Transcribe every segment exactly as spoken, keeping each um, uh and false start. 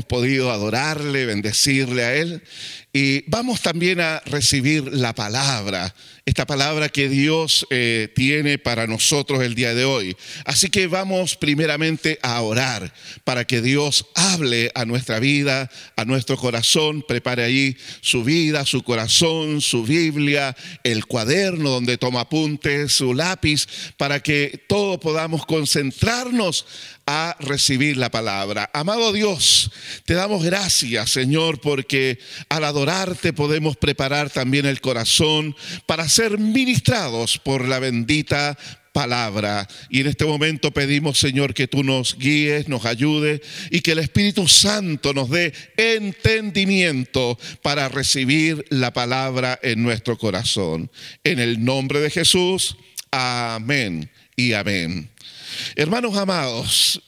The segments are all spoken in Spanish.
podido adorarle, bendecirle a Él. Y vamos también a recibir la palabra, esta palabra que Dios eh, tiene para nosotros el día de hoy. Así que vamos primeramente a orar para que Dios hable a nuestra vida, a nuestro corazón. Prepare ahí su vida, su corazón, su Biblia, el cuaderno donde toma apuntes, su lápiz, para que todos podamos concentrarnos a recibir la palabra. Amado Dios, te damos gracias, Señor, porque al adorarte podemos preparar también el corazón para ser ministrados por la bendita palabra. Y en este momento pedimos, Señor, que tú nos guíes, nos ayudes y que el Espíritu Santo nos dé entendimiento para recibir la palabra en nuestro corazón. En el nombre de Jesús, amén y amén. Hermanos amados,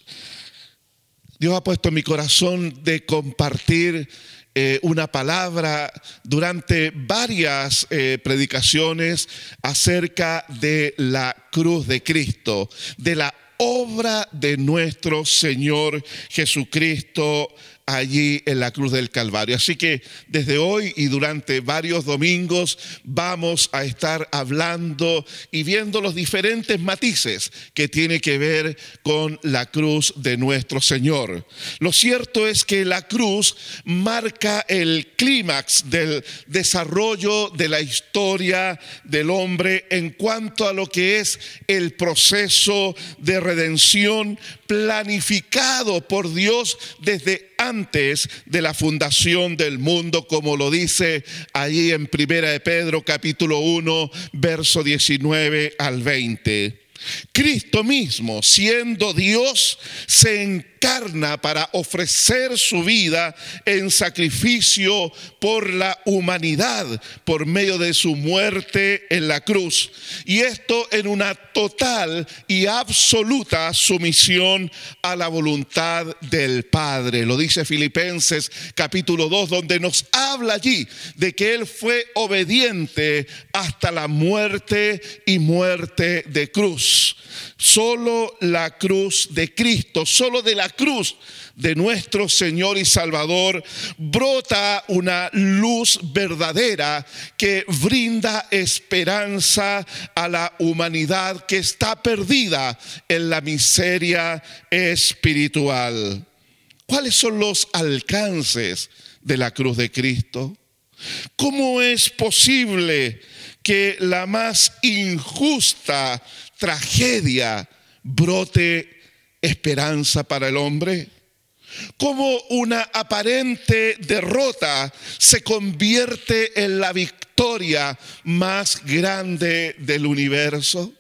Dios ha puesto en mi corazón de compartir eh, una palabra durante varias eh, predicaciones acerca de la cruz de Cristo, de la obra de nuestro Señor Jesucristo allí en la cruz del Calvario. Así que desde hoy y durante varios domingos vamos a estar hablando y viendo los diferentes matices que tiene que ver con la cruz de nuestro Señor. Lo cierto es que la cruz marca el clímax del desarrollo de la historia del hombre en cuanto a lo que es el proceso de redención planificado por Dios desde antes de la fundación del mundo, como lo dice allí en Primera de Pedro capítulo uno, verso diecinueve al veinte. Cristo mismo, siendo Dios, se encarna para ofrecer su vida en sacrificio por la humanidad por medio de su muerte en la cruz. Y esto en una total y absoluta sumisión a la voluntad del Padre. Lo dice Filipenses capítulo dos, donde nos habla allí de que Él fue obediente hasta la muerte y muerte de cruz. Solo la cruz de Cristo, solo de la cruz de nuestro Señor y Salvador brota una luz verdadera que brinda esperanza a la humanidad que está perdida en la miseria espiritual. ¿Cuáles son los alcances de la cruz de Cristo? ¿Cómo es posible que la más injusta tragedia brote esperanza para el hombre? ¿Cómo una aparente derrota se convierte en la victoria más grande del universo?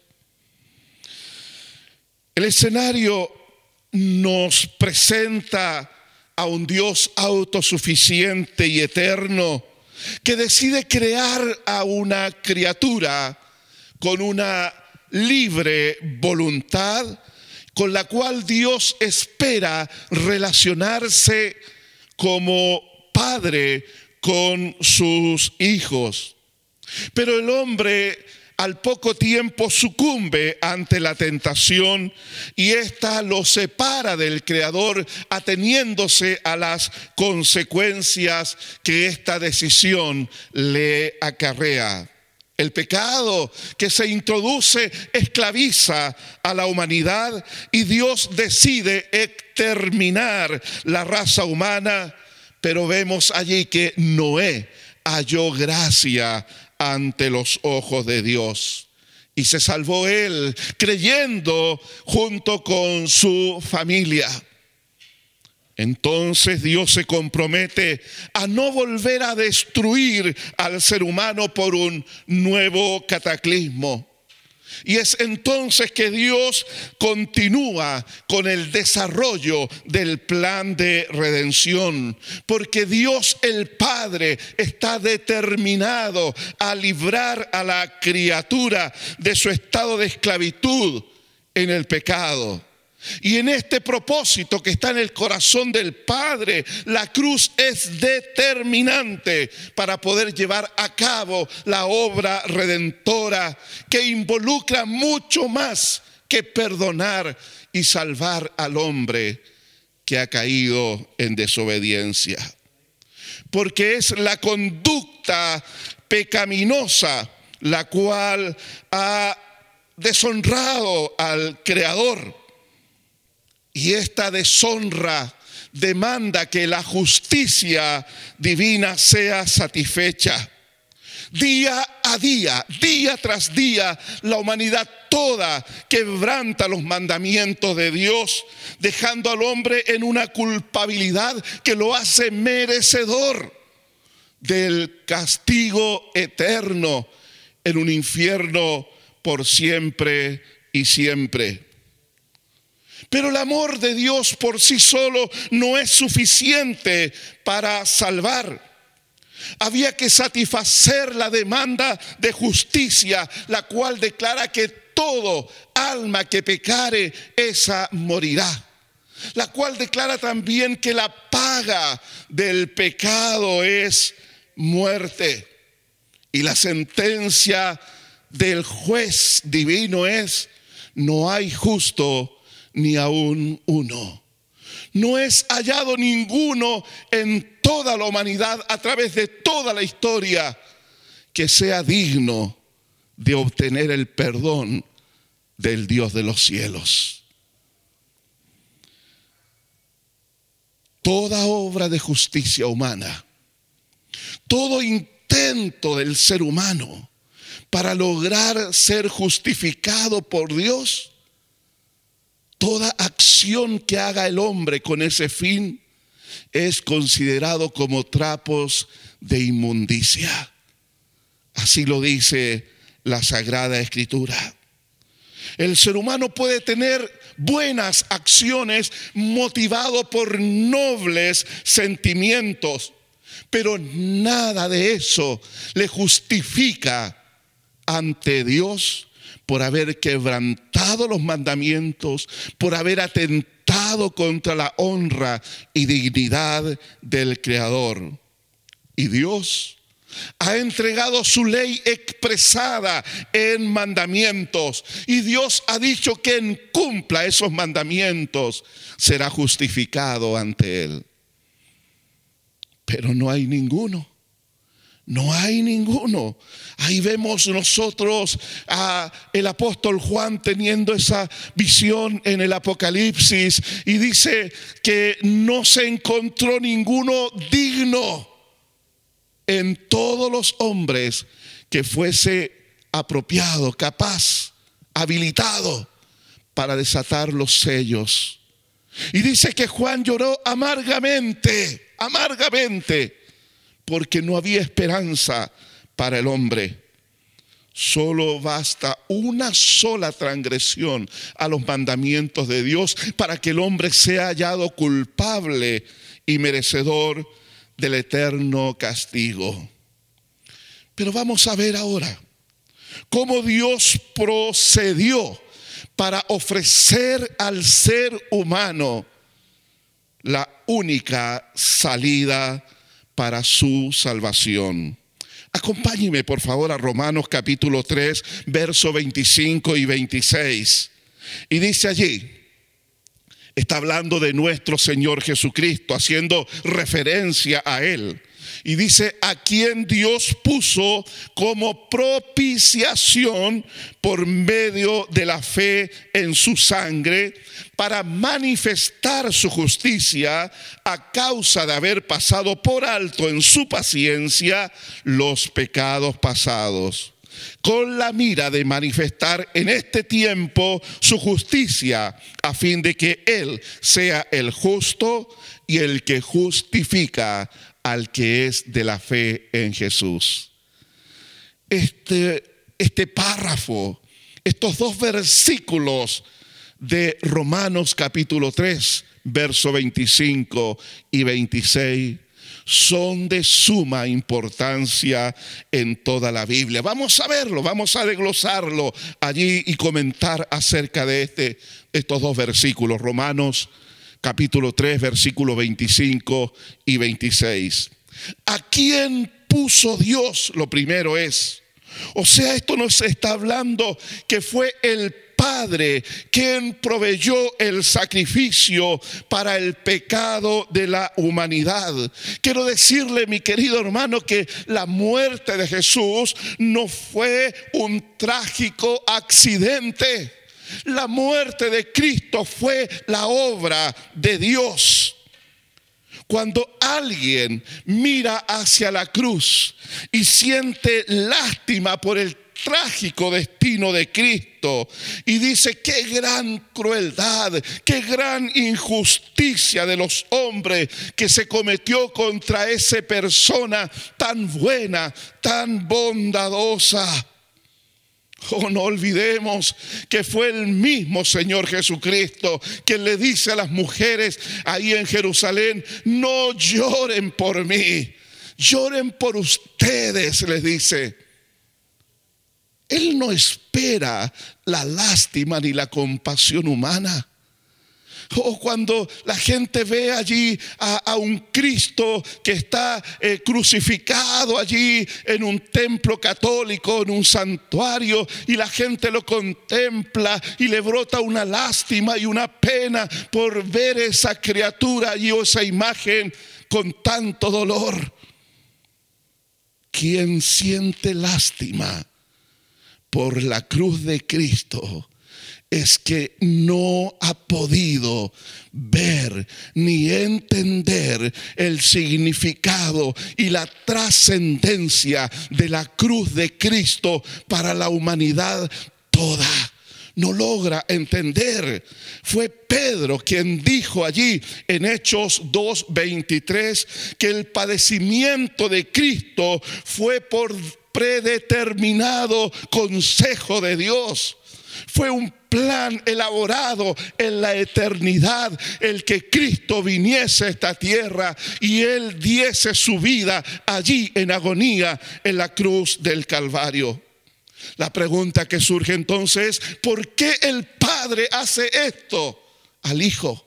El escenario nos presenta a un Dios autosuficiente y eterno que decide crear a una criatura con una libre voluntad, con la cual Dios espera relacionarse como padre con sus hijos. Pero el hombre al poco tiempo sucumbe ante la tentación y ésta lo separa del Creador, ateniéndose a las consecuencias que esta decisión le acarrea. El pecado que se introduce esclaviza a la humanidad y Dios decide exterminar la raza humana, pero vemos allí que Noé halló gracia ante los ojos de Dios y se salvó él creyendo junto con su familia. Entonces Dios se compromete a no volver a destruir al ser humano por un nuevo cataclismo. Y es entonces que Dios continúa con el desarrollo del plan de redención, porque Dios el Padre está determinado a librar a la criatura de su estado de esclavitud en el pecado. Y en este propósito que está en el corazón del Padre, la cruz es determinante para poder llevar a cabo la obra redentora que involucra mucho más que perdonar y salvar al hombre. que ha caído en desobediencia. Porque es la conducta pecaminosa la cual ha deshonrado al Creador. Y esta deshonra demanda que la justicia divina sea satisfecha. Día a día, día tras día, la humanidad toda quebranta los mandamientos de Dios, dejando al hombre en una culpabilidad que lo hace merecedor del castigo eterno en un infierno por siempre y siempre. Pero el amor de Dios por sí solo no es suficiente para salvar. Había que satisfacer la demanda de justicia, la cual declara que todo alma que pecare, esa morirá. La cual declara también que la paga del pecado es muerte. Y la sentencia del juez divino es: no hay justo ni aún uno. No es hallado ninguno en toda la humanidad, a través de toda la historia, que sea digno de obtener el perdón del Dios de los cielos. Toda obra de justicia humana, todo intento del ser humano para lograr ser justificado por Dios, toda acción que haga el hombre con ese fin es considerado como trapos de inmundicia. Así lo dice la Sagrada Escritura. El ser humano puede tener buenas acciones motivado por nobles sentimientos, pero nada de eso le justifica ante Dios por haber quebrantado los mandamientos, por haber atentado contra la honra y dignidad del Creador. Y Dios ha entregado su ley expresada en mandamientos. Y Dios ha dicho que quien cumpla esos mandamientos será justificado ante Él. Pero no hay ninguno. No hay ninguno. Ahí vemos nosotros a el apóstol Juan teniendo esa visión en el Apocalipsis y dice que no se encontró ninguno digno en todos los hombres que fuese apropiado, capaz, habilitado para desatar los sellos. Y dice que Juan lloró amargamente, amargamente, porque no había esperanza para el hombre. Solo basta una sola transgresión a los mandamientos de Dios para que el hombre sea hallado culpable y merecedor del eterno castigo. Pero vamos a ver ahora cómo Dios procedió para ofrecer al ser humano la única salida para su salvación. Acompáñeme por favor a Romanos capítulo tres, versos veinticinco y veintiséis. Y dice allí, está hablando de nuestro Señor Jesucristo, haciendo referencia a Él. Y dice, a quien Dios puso como propiciación por medio de la fe en su sangre, para manifestar su justicia a causa de haber pasado por alto en su paciencia los pecados pasados, con la mira de manifestar en este tiempo su justicia, a fin de que Él sea el justo y el que justifica al que es de la fe en Jesús. Este, este párrafo, estos dos versículos de Romanos capítulo tres, verso veinticinco y veintiséis, son de suma importancia en toda la Biblia. Vamos a verlo, vamos a desglosarlo allí y comentar acerca de este, estos dos versículos. Romanos capítulo tres, versículos veinticinco y veintiséis. ¿A quién puso Dios? Lo primero es, o sea, esto nos está hablando que fue el Padre quien proveyó el sacrificio para el pecado de la humanidad. Quiero decirle, mi querido hermano, que la muerte de Jesús no fue un trágico accidente. La muerte de Cristo fue la obra de Dios. Cuando alguien mira hacia la cruz y siente lástima por el trágico destino de Cristo y dice: qué gran crueldad, qué gran injusticia de los hombres que se cometió contra esa persona tan buena, tan bondadosa. Oh, no olvidemos que fue el mismo Señor Jesucristo quien le dice a las mujeres ahí en Jerusalén: no lloren por mí, lloren por ustedes, les dice. Él no espera la lástima ni la compasión humana. O cuando la gente ve allí a, a un Cristo que está eh, crucificado allí en un templo católico, en un santuario, y la gente lo contempla y le brota una lástima y una pena por ver esa criatura y esa imagen con tanto dolor. Quien siente lástima por la cruz de Cristo es que no ha podido ver ni entender el significado y la trascendencia de la cruz de Cristo para la humanidad toda. No logra entender. Fue Pedro quien dijo allí en Hechos dos veintitrés que el padecimiento de Cristo fue por predeterminado consejo de Dios. Fue un plan elaborado en la eternidad el que Cristo viniese a esta tierra y Él diese su vida allí en agonía en la cruz del Calvario. La pregunta que surge entonces es: ¿por qué el Padre hace esto al Hijo?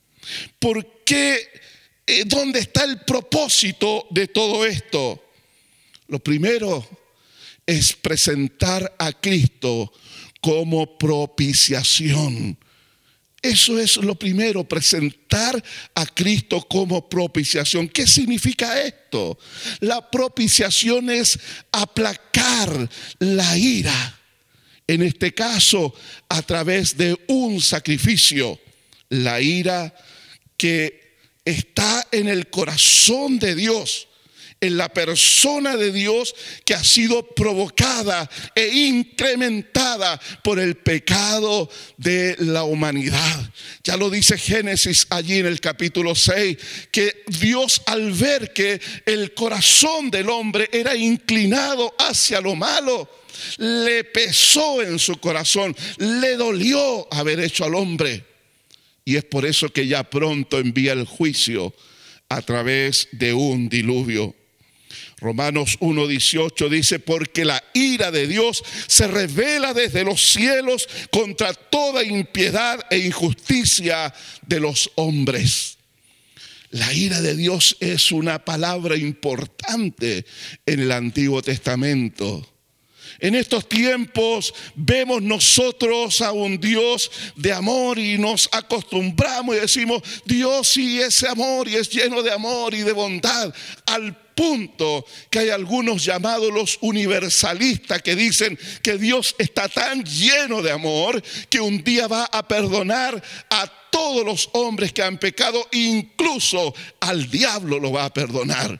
¿Por qué? Eh, ¿Dónde está el propósito de todo esto? Lo primero es presentar a Cristo como propiciación. Eso es lo primero, presentar a Cristo como propiciación. ¿Qué significa esto? La propiciación es aplacar la ira, en este caso a través de un sacrificio. La ira que está en el corazón de Dios, en la persona de Dios, que ha sido provocada e incrementada por el pecado de la humanidad. Ya lo dice Génesis allí en el capítulo seis, que Dios, al ver que el corazón del hombre era inclinado hacia lo malo, le pesó en su corazón, le dolió haber hecho al hombre. Y es por eso que ya pronto envía el juicio a través de un diluvio. Romanos uno dieciocho dice: porque la ira de Dios se revela desde los cielos contra toda impiedad e injusticia de los hombres. La ira de Dios es una palabra importante en el Antiguo Testamento. En estos tiempos vemos nosotros a un Dios de amor y nos acostumbramos y decimos: Dios sí es amor y es lleno de amor y de bondad, al punto que hay algunos llamados los universalistas que dicen que Dios está tan lleno de amor que un día va a perdonar a todos los hombres que han pecado, incluso al diablo lo va a perdonar.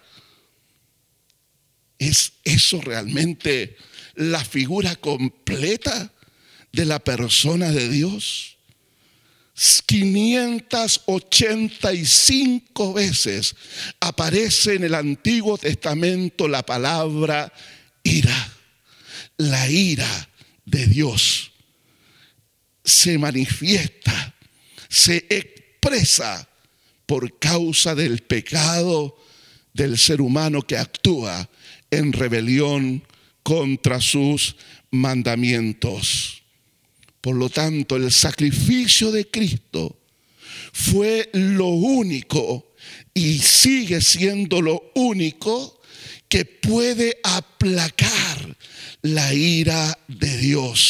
¿Es eso realmente la figura completa de la persona de Dios? quinientas ochenta y cinco veces aparece en el Antiguo Testamento la palabra ira. La ira de Dios se manifiesta, se expresa por causa del pecado del ser humano que actúa en rebelión contra sus mandamientos. Por lo tanto, el sacrificio de Cristo fue lo único y sigue siendo lo único que puede aplacar la ira de Dios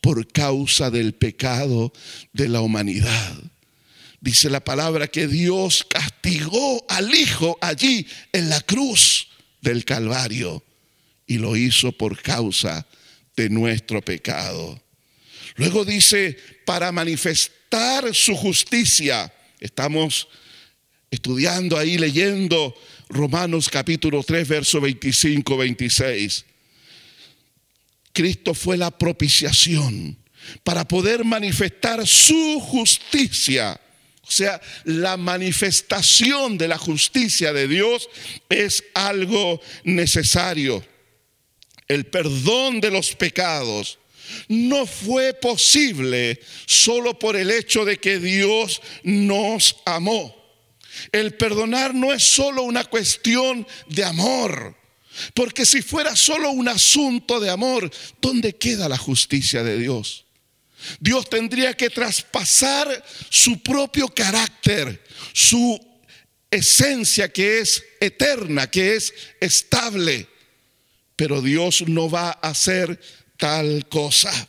por causa del pecado de la humanidad. Dice la palabra que Dios castigó al Hijo allí en la cruz del Calvario y lo hizo por causa de nuestro pecado. Luego dice, para manifestar su justicia. Estamos estudiando ahí, leyendo Romanos capítulo tres, verso veinticinco, veintiséis. Cristo fue la propiciación para poder manifestar su justicia. O sea, la manifestación de la justicia de Dios es algo necesario. El perdón de los pecados no fue posible solo por el hecho de que Dios nos amó. El perdonar no es solo una cuestión de amor, porque si fuera solo un asunto de amor, ¿dónde queda la justicia de Dios? Dios tendría que traspasar su propio carácter, su esencia que es eterna, que es estable. Pero Dios no va a hacer tal cosa.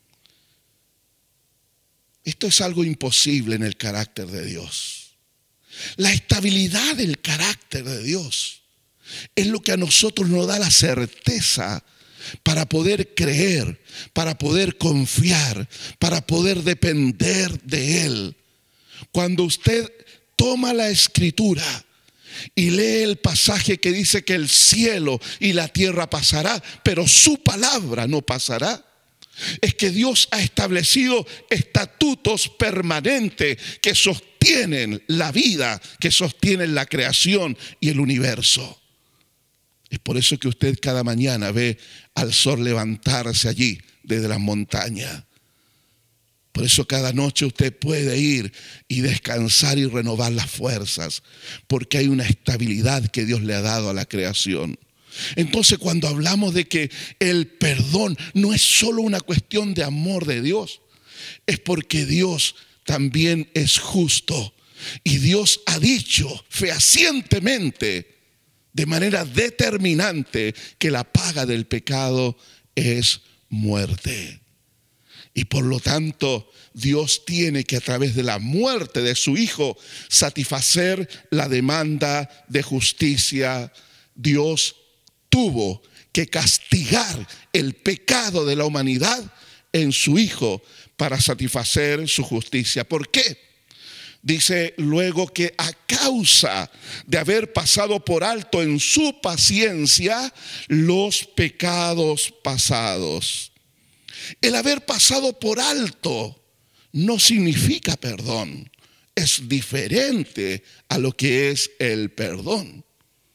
Esto es algo imposible en el carácter de Dios. La estabilidad del carácter de Dios es lo que a nosotros nos da la certeza para poder creer, para poder confiar, para poder depender de Él. Cuando usted toma la Escritura y lee el pasaje que dice que el cielo y la tierra pasará, pero su palabra no pasará, es que Dios ha establecido estatutos permanentes que sostienen la vida, que sostienen la creación y el universo. Es por eso que usted cada mañana ve al sol levantarse allí desde las montañas. Por eso cada noche usted puede ir y descansar y renovar las fuerzas, porque hay una estabilidad que Dios le ha dado a la creación. Entonces, cuando hablamos de que el perdón no es solo una cuestión de amor de Dios, es porque Dios también es justo. Y Dios ha dicho fehacientemente, de manera determinante, que la paga del pecado es muerte. Y por lo tanto, Dios tiene que, a través de la muerte de su Hijo, satisfacer la demanda de justicia. Dios tuvo que castigar el pecado de la humanidad en su Hijo para satisfacer su justicia. ¿Por qué? Dice luego que a causa de haber pasado por alto en su paciencia los pecados pasados. El haber pasado por alto no significa perdón. Es diferente a lo que es el perdón.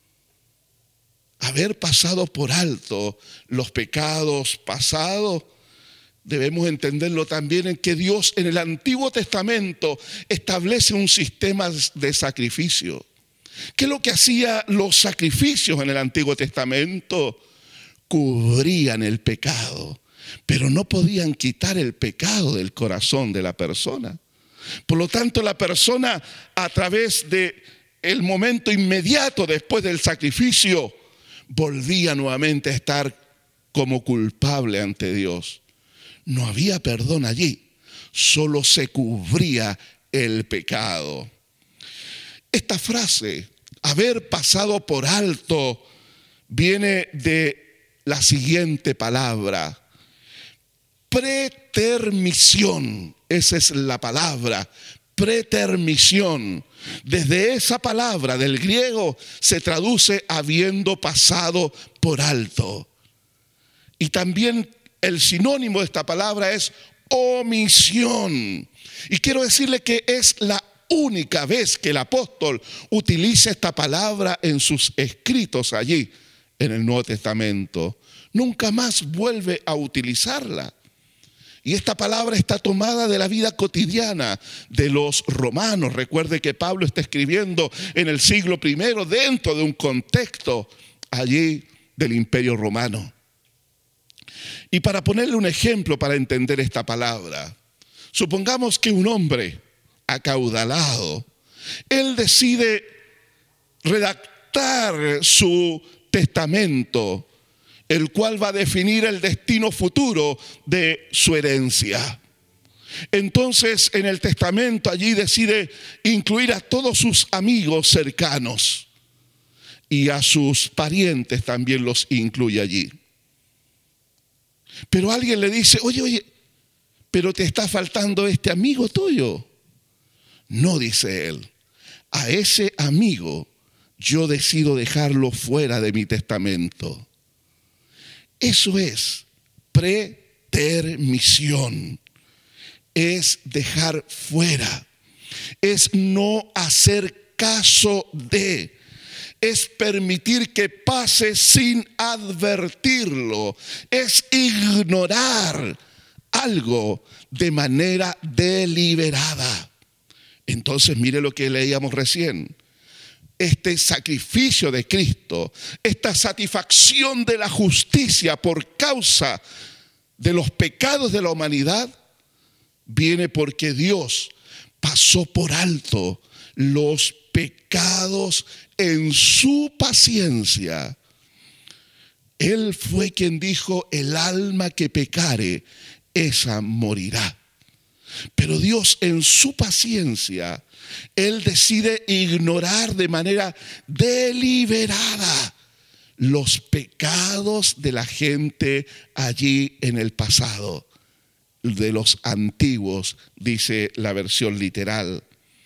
Haber pasado por alto los pecados pasados, debemos entenderlo también en que Dios en el Antiguo Testamento establece un sistema de sacrificio. ¿Qué es lo que hacía los sacrificios en el Antiguo Testamento? Cubrían el pecado, pero no podían quitar el pecado del corazón de la persona. Por lo tanto, la persona, a través del momento inmediato después del sacrificio, volvía nuevamente a estar como culpable ante Dios. No había perdón allí, solo se cubría el pecado. Esta frase, haber pasado por alto, viene de la siguiente palabra: pretermisión. Esa es la palabra, pretermisión. Desde esa palabra del griego se traduce habiendo pasado por alto. Y también el sinónimo de esta palabra es omisión. Y quiero decirle que es la única vez que el apóstol utiliza esta palabra en sus escritos allí en el Nuevo Testamento. Nunca más vuelve a utilizarla. Y esta palabra está tomada de la vida cotidiana de los romanos. Recuerde que Pablo está escribiendo en el siglo primero dentro de un contexto allí del Imperio Romano. Y para ponerle un ejemplo para entender esta palabra, supongamos que un hombre acaudalado, él decide redactar su testamento el cual va a definir el destino futuro de su herencia. Entonces, en el testamento allí decide incluir a todos sus amigos cercanos y a sus parientes también los incluye allí. Pero alguien le dice, oye, oye, pero te está faltando este amigo tuyo. No, dice él, a ese amigo yo decido dejarlo fuera de mi testamento. Eso es pretermisión. Es dejar fuera. Es no hacer caso de. Es permitir que pase sin advertirlo. Es ignorar algo de manera deliberada. Entonces, mire lo que leíamos recién. Este sacrificio de Cristo, esta satisfacción de la justicia por causa de los pecados de la humanidad, viene porque Dios pasó por alto los pecados en su paciencia. Él fue quien dijo, el alma que pecare, esa morirá. Pero Dios en su paciencia, Él decide ignorar de manera deliberada los pecados de la gente allí en el pasado, de los antiguos, dice la versión literal.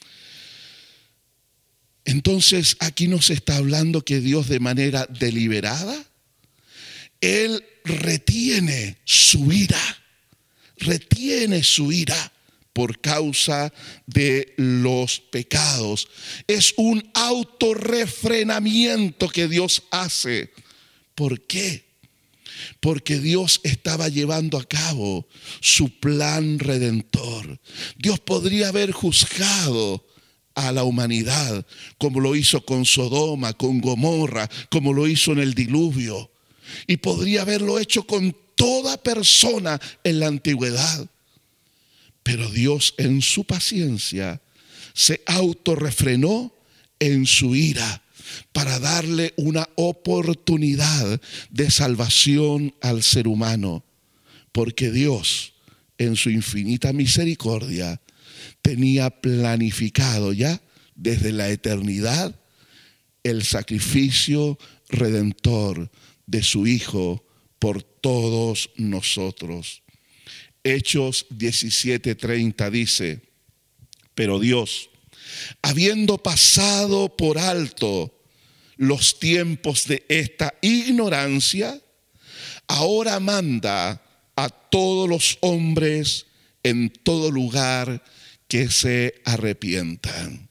Entonces, aquí nos está hablando que Dios de manera deliberada, Él retiene su ira, retiene su ira por causa de los pecados. Es un autorrefrenamiento que Dios hace. ¿Por qué? Porque Dios estaba llevando a cabo su plan redentor. Dios podría haber juzgado a la humanidad como lo hizo con Sodoma, con Gomorra, como lo hizo en el diluvio. Y podría haberlo hecho con toda persona en la antigüedad. Pero Dios en su paciencia se autorrefrenó en su ira para darle una oportunidad de salvación al ser humano. Porque Dios en su infinita misericordia tenía planificado ya desde la eternidad el sacrificio redentor de su Hijo por todos nosotros. Hechos diecisiete treinta dice, pero Dios, habiendo pasado por alto los tiempos de esta ignorancia, ahora manda a todos los hombres en todo lugar que se arrepientan.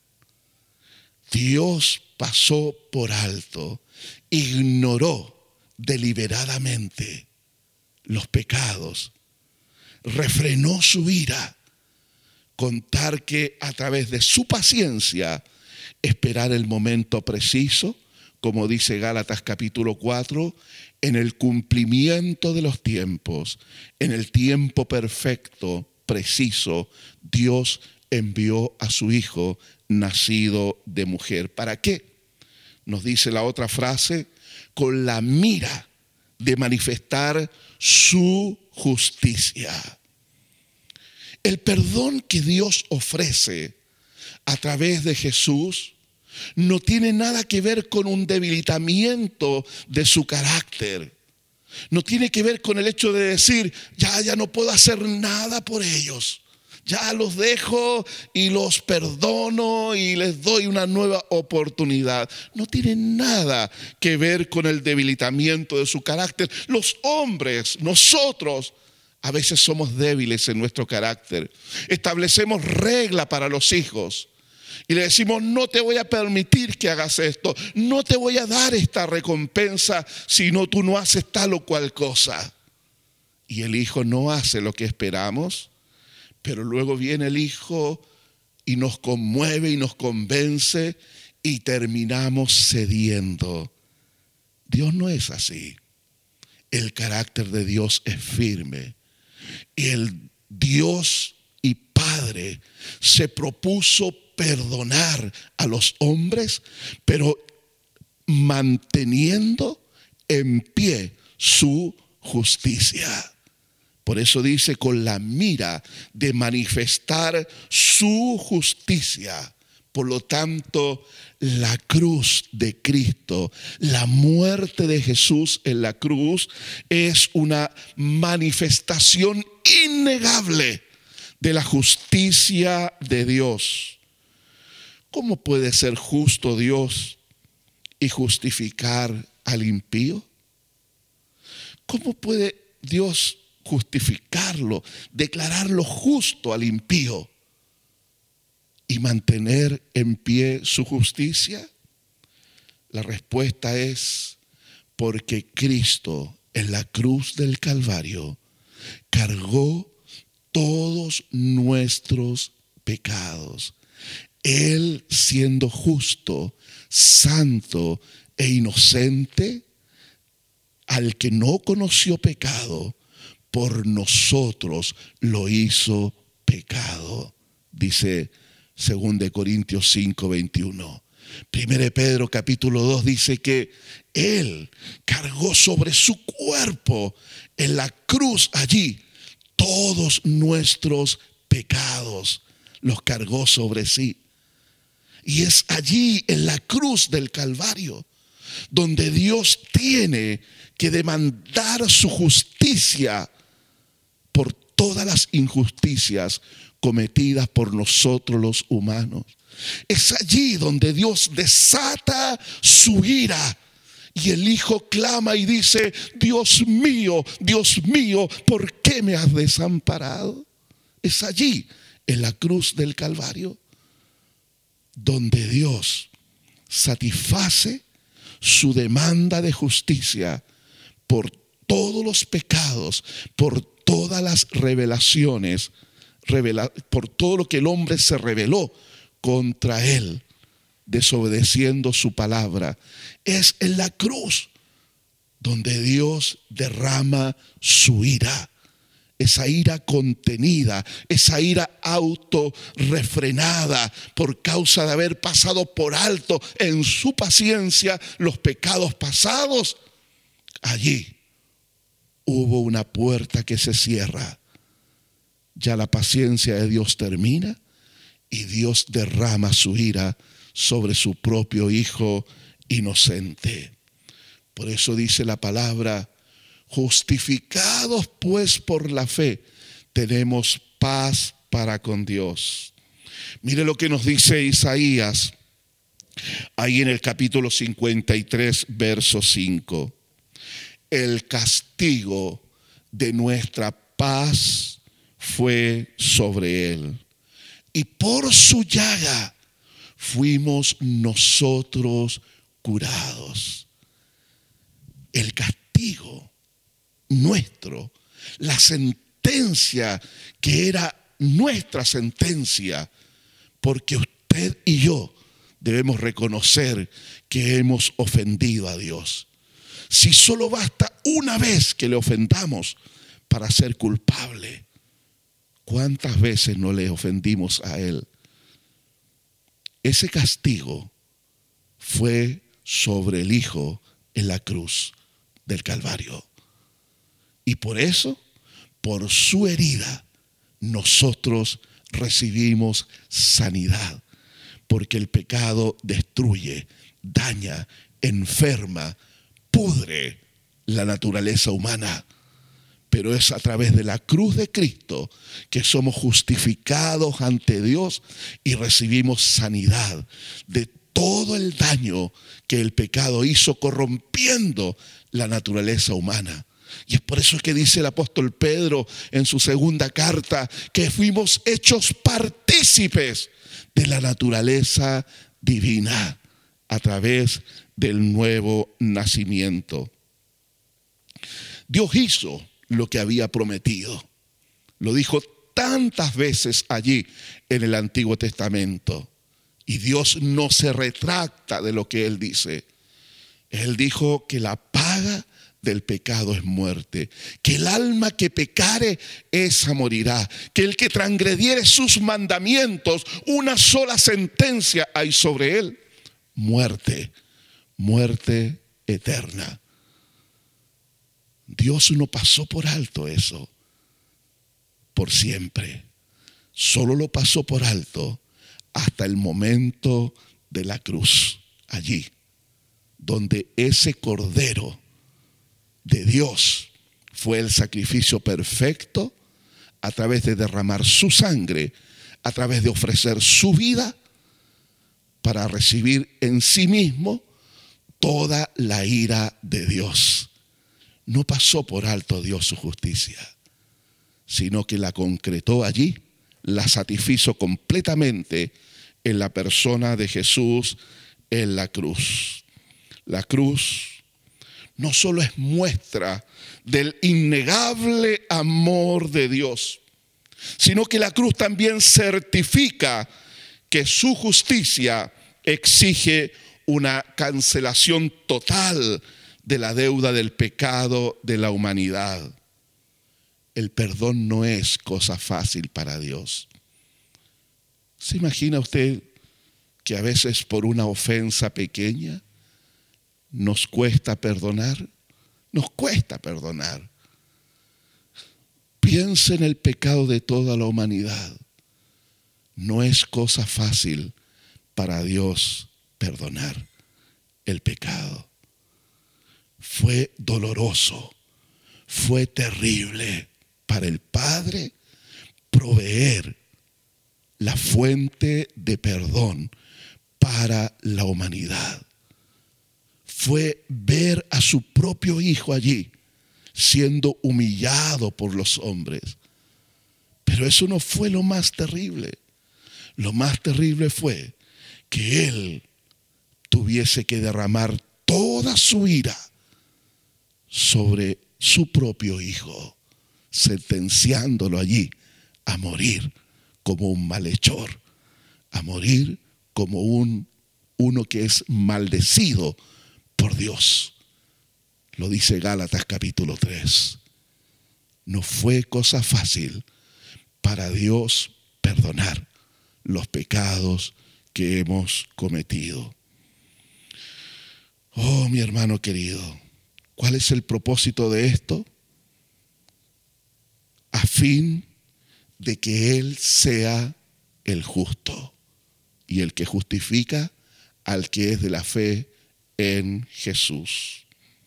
Dios pasó por alto, ignoró deliberadamente los pecados, refrenó su ira, contar que a través de su paciencia esperar el momento preciso, como dice Gálatas capítulo cuatro, en el cumplimiento de los tiempos, en el tiempo perfecto, preciso, Dios envió a su Hijo nacido de mujer. ¿Para qué? Nos dice la otra frase, con la mira de manifestar su justicia. El perdón que Dios ofrece a través de Jesús no tiene nada que ver con un debilitamiento de su carácter. No tiene que ver con el hecho de decir, ya, ya no puedo hacer nada por ellos. Ya los dejo y los perdono y les doy una nueva oportunidad. No tiene nada que ver con el debilitamiento de su carácter. Los hombres, nosotros, a veces somos débiles en nuestro carácter. Establecemos regla para los hijos y le decimos, no te voy a permitir que hagas esto. No te voy a dar esta recompensa si no tú no haces tal o cual cosa. Y el hijo no hace lo que esperamos. Pero luego viene el Hijo y nos conmueve y nos convence y terminamos cediendo. Dios no es así. El carácter de Dios es firme. Y el Dios y Padre se propuso perdonar a los hombres, pero manteniendo en pie su justicia. Por eso dice, con la mira de manifestar su justicia. Por lo tanto, la cruz de Cristo, la muerte de Jesús en la cruz, es una manifestación innegable de la justicia de Dios. ¿Cómo puede ser justo Dios y justificar al impío? ¿Cómo puede Dios justificarlo, declararlo justo al impío y mantener en pie su justicia? La respuesta es porque Cristo en la cruz del Calvario cargó todos nuestros pecados. Él, siendo justo, santo e inocente, al que no conoció pecado, por nosotros lo hizo pecado. Dice segunda de Corintios cinco, veintiuno. Primera de Pedro capítulo dos dice que Él cargó sobre su cuerpo en la cruz allí todos nuestros pecados. Los cargó sobre sí. Y es allí en la cruz del Calvario donde Dios tiene que demandar su justicia por todas las injusticias cometidas por nosotros los humanos. Es allí donde Dios desata su ira y el Hijo clama y dice: Dios mío, Dios mío, ¿por qué me has desamparado? Es allí, en la cruz del Calvario, donde Dios satisface su demanda de justicia por todos los pecados, por todas las revelaciones, revela, por todo lo que el hombre se rebeló contra él, desobedeciendo su palabra. Es en la cruz donde Dios derrama su ira. Esa ira contenida, esa ira autorrefrenada por causa de haber pasado por alto en su paciencia los pecados pasados. Allí hubo una puerta que se cierra. Ya la paciencia de Dios termina y Dios derrama su ira sobre su propio Hijo inocente. Por eso dice la palabra: justificados pues por la fe, tenemos paz para con Dios. Mire lo que nos dice Isaías, ahí en el capítulo cincuenta y tres, verso cinco. El castigo de nuestra paz fue sobre él, y por su llaga fuimos nosotros curados. El castigo nuestro, la sentencia que era nuestra sentencia, porque usted y yo debemos reconocer que hemos ofendido a Dios. Si solo basta una vez que le ofendamos para ser culpable, ¿cuántas veces no le ofendimos a Él? Ese castigo fue sobre el Hijo en la cruz del Calvario. Y por eso, por su herida, nosotros recibimos sanidad. Porque el pecado destruye, daña, enferma, pudre la naturaleza humana. Pero es a través de la cruz de Cristo que somos justificados ante Dios y recibimos sanidad de todo el daño que el pecado hizo corrompiendo la naturaleza humana. Y es por eso que dice el apóstol Pedro en su segunda carta que fuimos hechos partícipes de la naturaleza divina a través del nuevo nacimiento. Dios hizo lo que había prometido. Lo dijo tantas veces allí en el Antiguo Testamento. Y Dios no se retracta de lo que Él dice. Él dijo que la paga del pecado es muerte, que el alma que pecare, esa morirá, que el que transgrediere sus mandamientos, una sola sentencia hay sobre él: muerte, muerte eterna. Dios no pasó por alto eso por siempre. Solo lo pasó por alto hasta el momento de la cruz, allí, donde ese Cordero de Dios fue el sacrificio perfecto a través de derramar su sangre, a través de ofrecer su vida para recibir en sí mismo toda la ira de Dios. No pasó por alto Dios su justicia, sino que la concretó allí, la satisfizo completamente en la persona de Jesús en la cruz. La cruz no solo es muestra del innegable amor de Dios, sino que la cruz también certifica que su justicia exige una cancelación total de la deuda del pecado de la humanidad. El perdón no es cosa fácil para Dios. ¿Se imagina usted que a veces por una ofensa pequeña nos cuesta perdonar? Nos cuesta perdonar. Piense en el pecado de toda la humanidad. No es cosa fácil para Dios perdonar el pecado. Fue doloroso, fue terrible para el Padre proveer la fuente de perdón para la humanidad. Fue ver a su propio Hijo allí siendo humillado por los hombres. Pero eso no fue lo más terrible. Lo más terrible fue que Él tuviese que derramar toda su ira sobre su propio Hijo, sentenciándolo allí a morir como un malhechor, a morir como un, uno que es maldecido por Dios. Lo dice Gálatas capítulo tres. No fue cosa fácil para Dios perdonar los pecados que hemos cometido. Oh, mi hermano querido, ¿cuál es el propósito de esto? A fin de que Él sea el justo y el que justifica al que es de la fe en Jesús.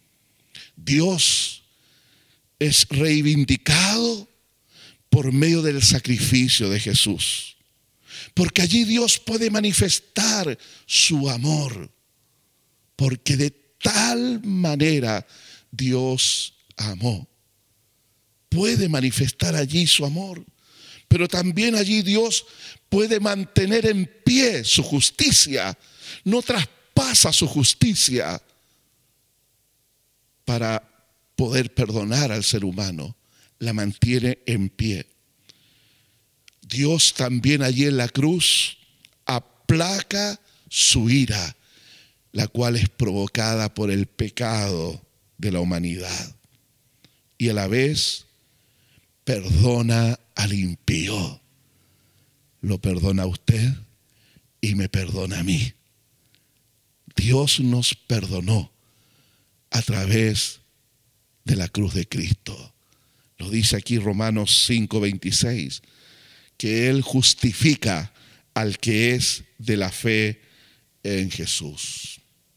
Dios es reivindicado por medio del sacrificio de Jesús, porque allí Dios puede manifestar su amor, porque de tal manera Dios amó. Puede manifestar allí su amor, pero también allí Dios puede mantener en pie su justicia, no traspasa su justicia para poder perdonar al ser humano, la mantiene en pie. Dios también allí en la cruz aplaca su ira, la cual es provocada por el pecado de la humanidad, y a la vez perdona al impío. Lo perdona a usted y me perdona a mí. Dios nos perdonó a través de la cruz de Cristo. Lo dice aquí Romanos cinco veintiséis, que Él justifica al que es de la fe en Jesús.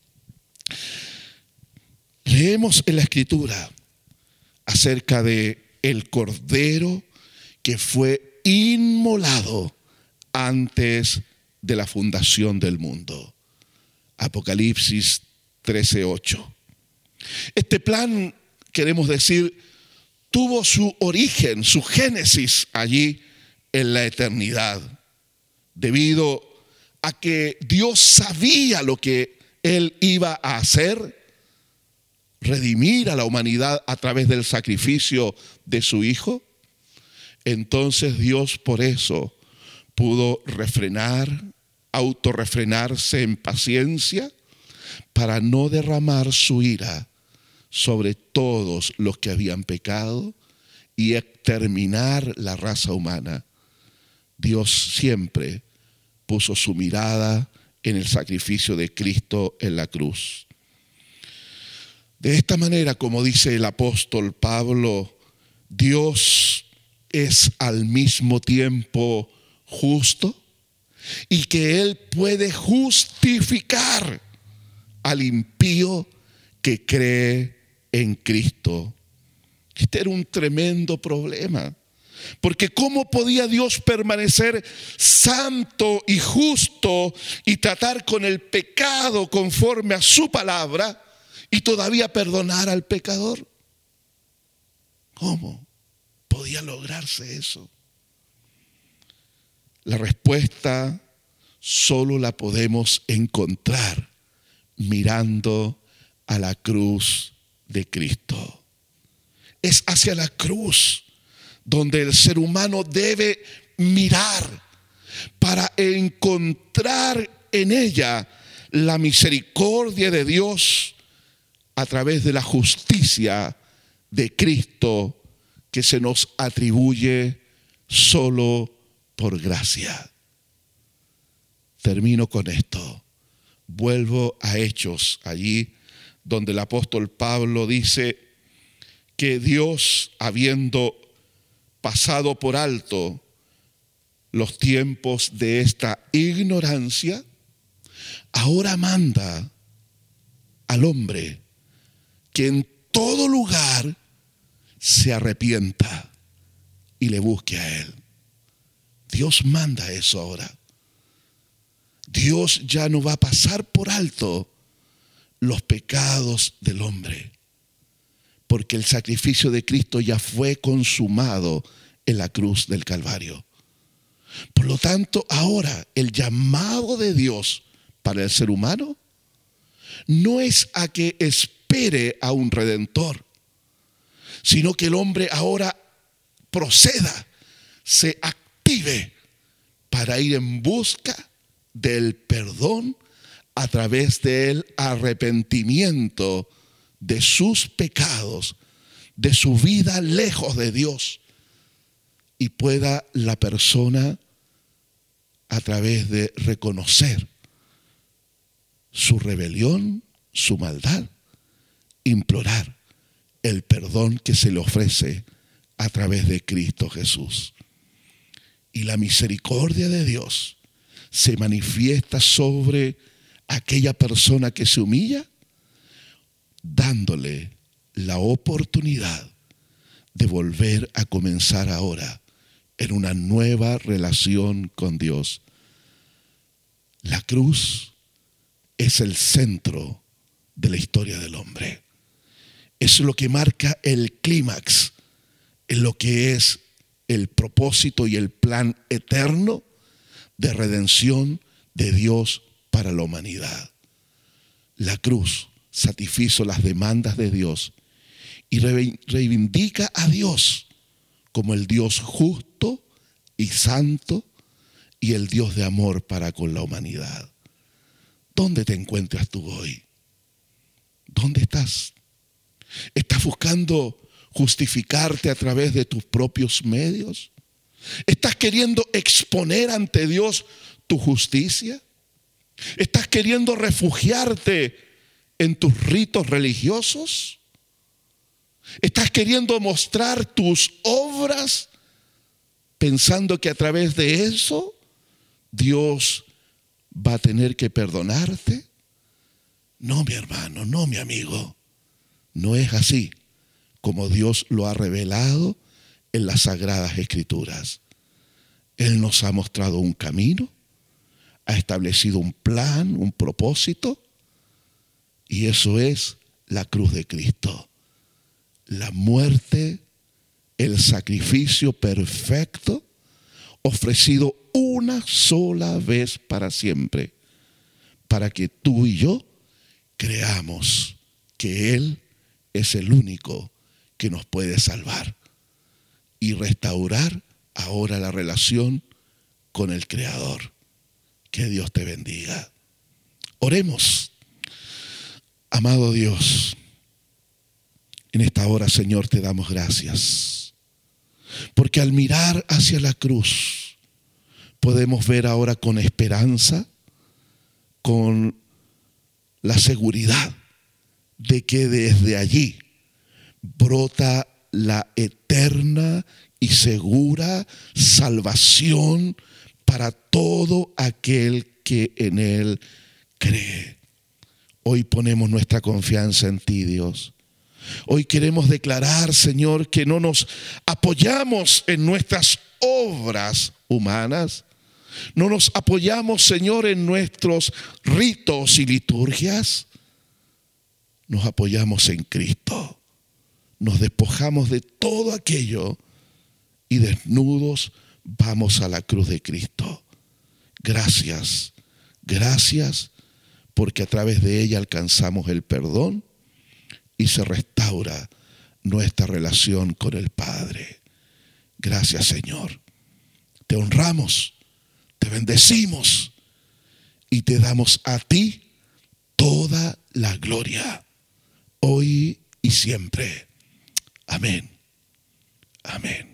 Leemos en la Escritura acerca de el Cordero que fue inmolado antes de la fundación del mundo. Apocalipsis trece ocho. Este plan, queremos decir, tuvo su origen, su génesis allí en la eternidad, debido a que Dios sabía lo que Él iba a hacer, redimir a la humanidad a través del sacrificio de su Hijo. Entonces Dios por eso pudo refrenar, autorrefrenarse en paciencia para no derramar su ira sobre todos los que habían pecado y exterminar la raza humana. Dios siempre puso su mirada en el sacrificio de Cristo en la cruz. De esta manera, como dice el apóstol Pablo, Dios es al mismo tiempo justo y que Él puede justificar al impío que cree en Cristo. Este era un tremendo problema, porque ¿cómo podía Dios permanecer santo y justo y tratar con el pecado conforme a su palabra y todavía perdonar al pecador? ¿Cómo podía lograrse eso? La respuesta solo la podemos encontrar mirando a la cruz de Cristo. Es hacia la cruz donde el ser humano debe mirar para encontrar en ella la misericordia de Dios a través de la justicia de Cristo que se nos atribuye solo por gracia. Termino con esto. Vuelvo a Hechos, allí donde el apóstol Pablo dice que Dios, habiendo pasado por alto los tiempos de esta ignorancia, ahora manda al hombre que en todo lugar se arrepienta y le busque a Él. Dios manda eso ahora. Dios ya no va a pasar por alto los pecados del hombre, porque el sacrificio de Cristo ya fue consumado en la cruz del Calvario. Por lo tanto, ahora el llamado de Dios para el ser humano no es a que espere a un redentor, sino que el hombre ahora proceda, se active para ir en busca del perdón a través del arrepentimiento de sus pecados, de su vida lejos de Dios, y pueda la persona, a través de reconocer su rebelión, su maldad, implorar el perdón que se le ofrece a través de Cristo Jesús. Y la misericordia de Dios se manifiesta sobre aquella persona que se humilla, dándole la oportunidad de volver a comenzar ahora en una nueva relación con Dios. La cruz es el centro de la historia del hombre. Es lo que marca el clímax en lo que es el propósito y el plan eterno de redención de Dios para la humanidad. La cruz satisfizo las demandas de Dios y reivindica a Dios como el Dios justo y santo y el Dios de amor para con la humanidad. ¿Dónde te encuentras tú hoy? ¿Dónde estás? ¿Estás buscando justificarte a través de tus propios medios? ¿Estás queriendo exponer ante Dios tu justicia? ¿Estás queriendo refugiarte en tus ritos religiosos? ¿Estás queriendo mostrar tus obras pensando que a través de eso Dios va a tener que perdonarte? No, mi hermano, no, mi amigo. No es así como Dios lo ha revelado en las Sagradas Escrituras. Él nos ha mostrado un camino, ha establecido un plan, un propósito, y eso es la cruz de Cristo. La muerte, el sacrificio perfecto, ofrecido una sola vez para siempre, para que tú y yo creamos que Él es el único que nos puede salvar y restaurar ahora la relación con el Creador. Que Dios te bendiga. Oremos. Amado Dios, en esta hora, Señor, te damos gracias, porque al mirar hacia la cruz podemos ver ahora con esperanza, con la seguridad de que desde allí brota la eterna y segura salvación para todo aquel que en Él cree. Hoy ponemos nuestra confianza en ti, Dios. Hoy queremos declarar, Señor, que no nos apoyamos en nuestras obras humanas. No nos apoyamos, Señor, en nuestros ritos y liturgias. Nos apoyamos en Cristo. Nos despojamos de todo aquello y desnudos vamos a la cruz de Cristo. Gracias, gracias, porque a través de ella alcanzamos el perdón y se restaura nuestra relación con el Padre. Gracias, Señor. Te honramos, te bendecimos y te damos a ti toda la gloria, hoy y siempre. Amén. Amén.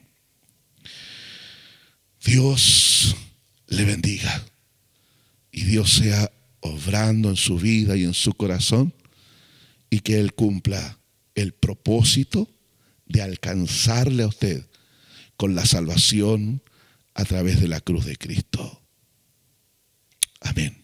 Dios le bendiga y Dios sea obrando en su vida y en su corazón y que Él cumpla el propósito de alcanzarle a usted con la salvación a través de la cruz de Cristo. Amén.